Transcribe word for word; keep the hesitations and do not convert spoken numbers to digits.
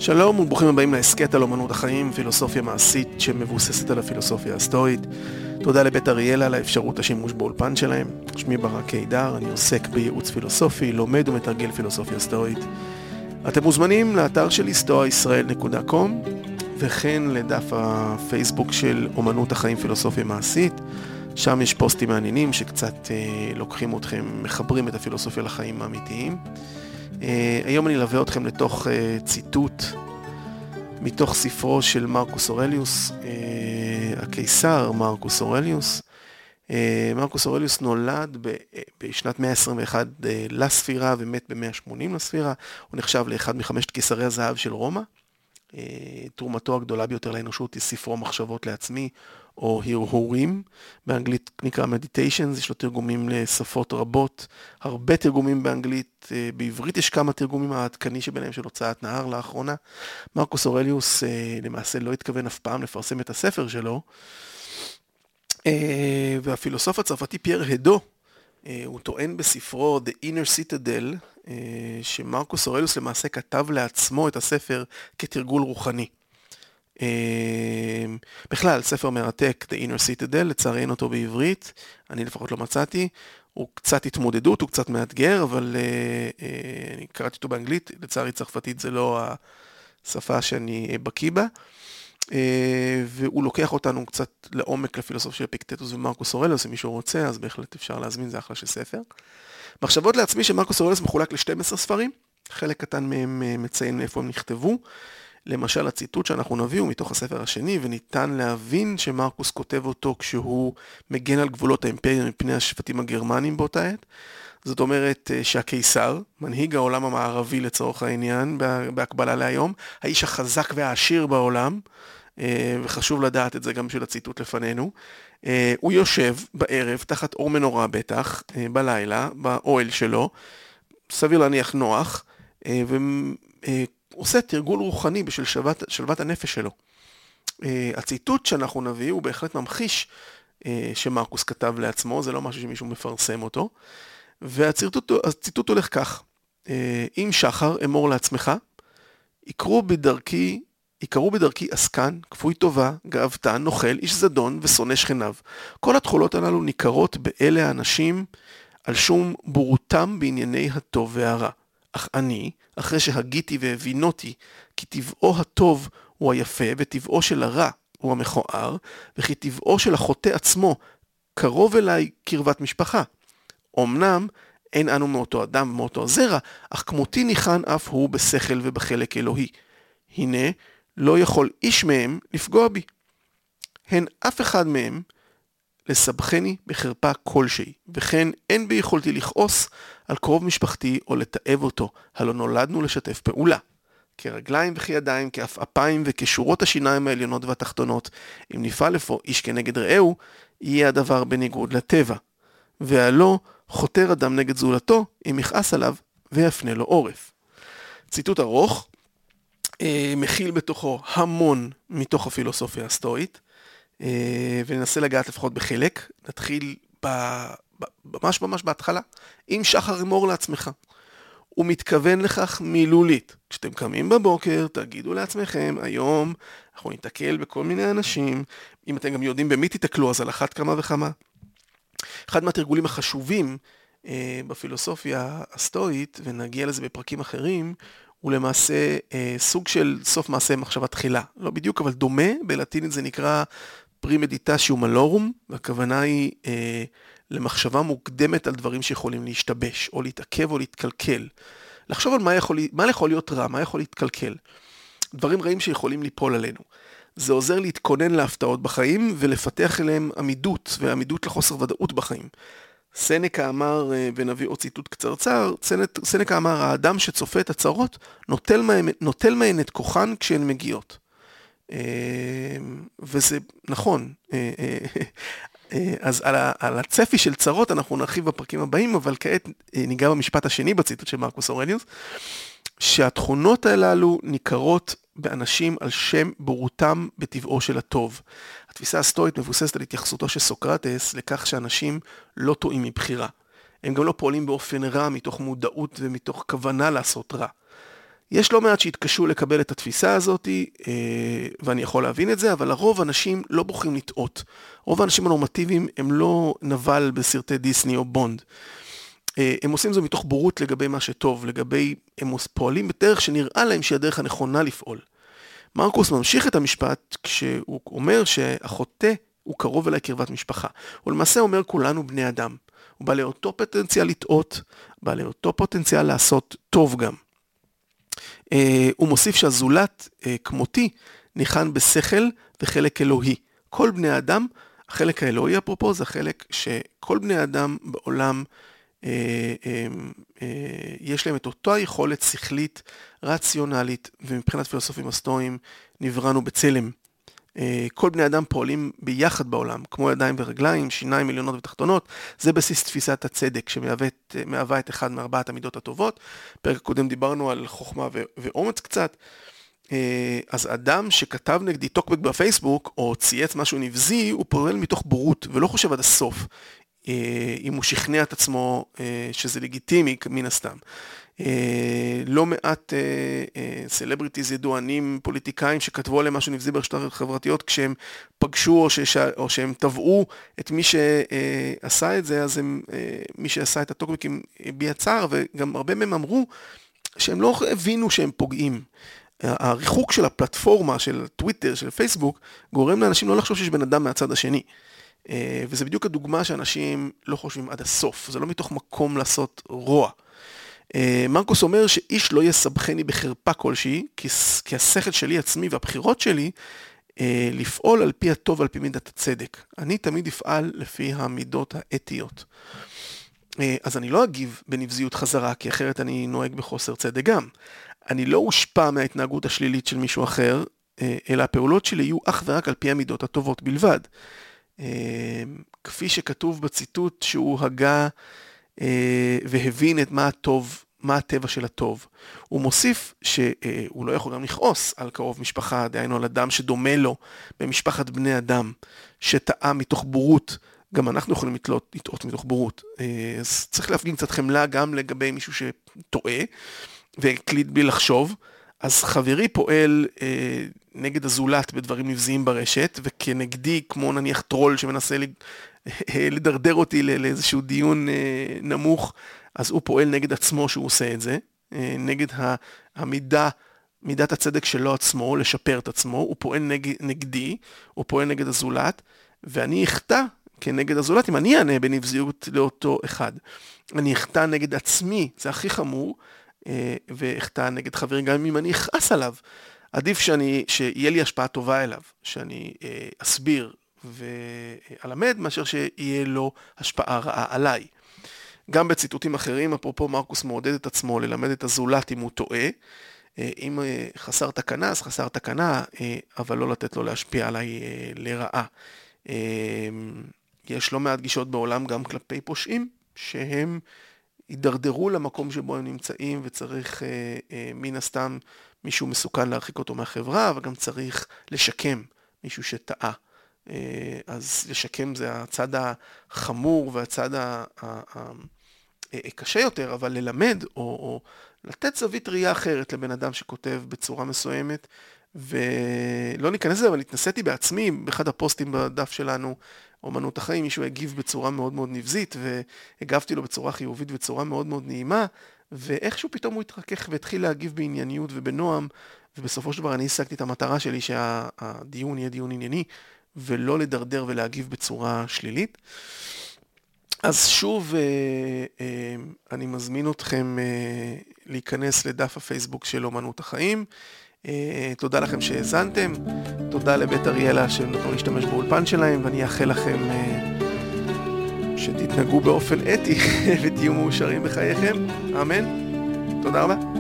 שלום וברוכים הבאים להסכת על אומנות החיים, פילוסופיה מעשית שמבוססת על הפילוסופיה הסטואית. תודה לבית אריאלה על האפשרות השימוש באולפן שלהם. שמי ברק קידר, אני עוסק בייעוץ פילוסופי, לומד ומתרגל פילוסופיה סטואית. אתם מוזמנים לאתר שלי סטואה ישראל נקודה קום וכן לדף הפייסבוק של אומנות החיים פילוסופיה מעשית. שם יש פוסטים מעניינים שקצת אה, לוקחים אתכם, מחברים את הפילוסופיה לחיים האמיתיים. אה, היום אני אלווה אתכם לתוך אה, ציטוט מתוך ספרו של מרקוס אורליוס, אה, הקיסר מרקוס אורליוס. אה, מרקוס אורליוס נולד ב, אה, בשנת מאה עשרים ואחת אה, לספירה ומת ב-מאה ושמונים לספירה. הוא נחשב לאחד מחמשת קיסרי הזהב של רומא. אה, תרומתו הגדולה ביותר לאנושות היא ספרו מחשבות לעצמי, או הרהורים, באנגלית נקרא Meditations, יש לו תרגומים לשפות רבות, הרבה תרגומים באנגלית, בעברית יש כמה תרגומים, העדכני שביניהם של הוצאת נהר לאחרונה. מרקוס אורליוס למעשה לא התכוון אף פעם לפרסם את הספר שלו, והפילוסוף הצרפתי פייר הדו, הוא טוען בספרו The Inner Citadel, שמרקוס אורליוס למעשה כתב לעצמו את הספר כתרגול רוחני. בכלל, ספר מרתק, The Inner Citadel, לצערי אין אותו בעברית, אני לפחות לא מצאתי, הוא קצת התמודדות, הוא קצת מאתגר, אבל אני קראתי אותו באנגלית, לצערי צרפתית זה לא השפה שאני בקיא בה, והוא לוקח אותנו קצת לעומק לפילוסוף של אפיקטטוס ומרקוס אורליוס, אם מישהו רוצה, אז בהחלט אפשר להזמין, זה אחלה של ספר. מחשבות לעצמי שמרקוס אורליוס מחולק ל-שנים עשר ספרים, חלק קטן מהם מציין איפה הם נכתבו, למשל הציטוט שאנחנו נביא הוא מתוך הספר השני, וניתן להבין שמרקוס כותב אותו כשהוא מגן על גבולות האימפריה מפני השבטים הגרמנים באותה עת. זאת אומרת שהקיסר, מנהיג העולם המערבי לצורך העניין, בהקבלה להיום, האיש החזק והעשיר בעולם, וחשוב לדעת את זה גם של הציטוט לפנינו, הוא יושב בערב תחת אור מנורה בטח, בלילה, באוהל שלו, סביר להניח נוח, ו... עושה תרגול רוחני בשביל שלוות, שלוות הנפש שלו. Uh, הציטוט שאנחנו נביא הוא בהחלט ממחיש uh, שמרקוס כתב לעצמו, זה לא משהו שמישהו מפרסם אותו, והציטוט הציטוט הולך כך, uh, אם שחר אמור לעצמך, יקרו בדרכי, יקרו בדרכי עסקן, כפוי טובה, גאוותן, נוכל, איש זדון ושונא שכניו. כל התכולות הללו ניכרות באלה האנשים על שום בורותם בענייני הטוב והרע. אך אני, אחרי שהגיתי והבינותי, כי טבעו הטוב הוא היפה, וטבעו של הרע הוא המכוער, וכי טבעו של החוטא עצמו קרוב אליי קרבת משפחה. אמנם אין אנו מאותו אדם ומאותו זרע, אך כמותי ניחן אף הוא בשכל ובחלק אלוהי. הנה, לא יכול איש מהם לפגוע בי. הן אף אחד מהם לסבכני בחרפה כלשהי, וכן אין ביכולתי לכעוס על קרוב משפחתי או לתאב אותו, הלא נולדנו לשתף פעולה. כרגליים וכידיים, כאפיים וכשורות השיניים העליונות והתחתונות, אם נפעל לפו איש כנגד רעהו, יהיה הדבר בניגוד לטבע. והלא חותר אדם נגד זולתו, אם יכעס עליו ויפנה לו עורף. ציטוט ארוך, מכיל בתוכו המון מתוך הפילוסופיה הסטואית, וננסה לגעת לפחות בחלק. נתחיל ב, ב, ממש ממש בהתחלה. אם שחר אמור לעצמך, הוא מתכוון לכך מילולית. כשאתם קמים בבוקר, תגידו לעצמכם, היום אנחנו ניתקל בכל מיני אנשים, אם אתם גם יודעים במי תתקלו, אז על אחת כמה וכמה. אחד מהתרגולים החשובים אה, בפילוסופיה הסטואית, ונגיע לזה בפרקים אחרים, הוא למעשה אה, סוג של סוף מעשה מחשבה תחילה. לא בדיוק, אבל דומה, בלטינית זה נקרא פרימדיטציו מלורום, והכוונה היא אה, למחשבה מוקדמת על דברים שיכולים להשתבש, או להתעכב או להתקלקל. לחשוב על מה יכול, מה יכול להיות רע, מה יכול להתקלקל. דברים רעים שיכולים ליפול עלינו. זה עוזר להתכונן להפתעות בחיים, ולפתח אליהם עמידות, ועמידות לחוסר ודאות בחיים. סנקה אמר, ונביא עוד ציטוט קצרצר, סנקה אמר, האדם שצופה את הצרות, נוטל מהן, נוטל מהן את כוחן כשהן מגיעות. וזה נכון. אז על, על הצפי של צרות אנחנו נרחיב בפרקים הבאים, אבל כעת ניגע במשפט השני בציטוט של מרקוס אורליוס, שהתכונות הללו ניכרות באנשים על שם בורותם בטבעו של הטוב. התפיסה הסטואית מבוססת על התייחסותו של סוקרטס לכך שאנשים לא טועים מבחירה. הם גם לא פועלים באופן רע מתוך מודעות ומתוך כוונה לעשות רע. יש לא מעט שהתקשו לקבל את התפיסה הזאת, ואני יכול להבין את זה, אבל הרוב אנשים לא בוחרים לטעות. רוב האנשים הנורמטיביים הם לא נבל בסרטי דיסני או בונד. הם עושים זו מתוך בורות לגבי מה שטוב, לגבי, הם פועלים בדרך שנראה להם שהיא הדרך הנכונה לפעול. מרקוס ממשיך את המשפט כשהוא אומר שהחוטא הוא קרוב אליי קרבת משפחה. הוא למעשה אומר כולנו בני אדם. הוא בא לאותו פוטנציאל לטעות, בא לאותו פוטנציאל לעשות טוב גם. הוא מוסיף שהזולת כמותי ניחן בשכל וחלק אלוהי. כל בני האדם, החלק האלוהי אפרופו, זה החלק שכל בני האדם בעולם יש להם את אותו היכולת שכלית, רציונלית, ומבחינת פילוסופים הסטואיים נבראנו בצלם. כל בני אדם פועלים ביחד בעולם, כמו ידיים ורגליים, שיניים עליונות ותחתונות, זה בסיס תפיסת הצדק שמהווה את אחד מארבעת המידות הטובות. פרק הקודם דיברנו על חוכמה ואומץ קצת. אז אדם שכתב נגדי טוקבק בפייסבוק, או צייץ משהו נבזי, הוא פועל מתוך בורות, ולא חושב עד הסוף, אם הוא שכנע את עצמו שזה לגיטימי מן הסתם. לא מעט סלבריטיז ידוענים, פוליטיקאים שכתבו עליהם משהו נבזי ברשתות חברתיות, כשהם פגשו או שהם טבעו את מי שעשה את זה, אז הם, מי שעשה את הטוקבקים הביע צער, וגם הרבה מהם אמרו שהם לא הבינו שהם פוגעים. הריחוק של הפלטפורמה, של טוויטר, של פייסבוק, גורם לאנשים לא לחשוב שיש בן אדם מהצד השני. וזה בדיוק הדוגמה שאנשים לא חושבים עד הסוף. זה לא מתוך מקום לעשות רוע. מרקוס אומר שאיש לא יסבכני בחרפה כלשהי, כי השכל שלי עצמי והבחירות שלי לפעול על פי הטוב ועל פי מידת הצדק. אני תמיד אפעל לפי המידות האתיות. אז אני לא אגיב בנבזיות חזרה, כי אחרת אני נוהג בחוסר צדק גם. אני לא אושפע מההתנהגות השלילית של מישהו אחר, אלא הפעולות שלי יהיו אך ורק על פי המידות הטובות בלבד. כפי שכתוב בציטוט שהוא הגה והבין את מה הטוב, מה הטבע של הטוב. הוא מוסיף שהוא לא יכול גם לכעוס על קרוב משפחה, דהיינו על אדם שדומה לו במשפחת בני אדם, שטעה מתוך בורות. גם אנחנו יכולים לטעות, לטעות מתוך בורות. אז צריך להפגין קצת חמלה גם לגבי מישהו שטועה, והקליט בלי לחשוב. אז חברי פועל אה, נגד הזולת בדברים נבזיים ברשת, וכנגדי, כמו נניח טרול שמנסה לדרדר אותי לאיזשהו דיון אה, נמוך, אז הוא פועל נגד עצמו שהוא עושה את זה, אה, נגד המידה, מידת הצדק שלו עצמו, לשפר את עצמו, הוא פועל נגד, נגדי, הוא פועל נגד הזולת, ואני אחטא כנגד הזולת, אם אני אענה בנבזיות לאותו אחד. אני אחטא נגד עצמי, זה הכי חמור, ואחטא נגד חברי, גם אם אני אכעס עליו. עדיף שאני, שיהיה לי השפעה טובה אליו, שאני אסביר ואלמד, מאשר שיהיה לו השפעה רעה עליי. גם בציטוטים אחרים, אפרופו מרקוס מעודד את עצמו ללמד את הזולת אם הוא טועה. אם חסר תקנה, אז חסר תקנה, אבל לא לתת לו להשפיע עליי לרעה. יש לא מעט גישות בעולם גם כלפי פושעים, שהם יידרדרו למקום שבו הם נמצאים, וצריך אה, אה, מן הסתם מישהו מסוכן להרחיק אותו מהחברה, אבל גם צריך לשקם מישהו שטעה. אה, אז לשקם זה הצד החמור והצד הקשה יותר, אבל ללמד או, או לתת זווית ראייה אחרת לבן אדם שכותב בצורה מסוימת, ולא ניכנס לזה, אבל התנסיתי בעצמי, באחד הפוסטים בדף שלנו, אומנות החיים, מישהו הגיב בצורה מאוד מאוד נבזית, והגבתי לו בצורה חיובית ובצורה מאוד מאוד נעימה, ואיכשהו פתאום הוא התרכך והתחיל להגיב בענייניות ובנועם, ובסופו של דבר אני השגתי את המטרה שלי שהדיון יהיה דיון ענייני, ולא לדרדר ולהגיב בצורה שלילית. אז שוב, אני מזמין אתכם להיכנס לדף הפייסבוק של אומנות החיים. תודה לכם שהאזנתם, תודה לבית אריאלה שנתנו להשתמש באולפן שלהם, ואני אאחל לכם שתתנהגו באופן אתי ותהיו מאושרים בחייכם. אמן. תודה רבה.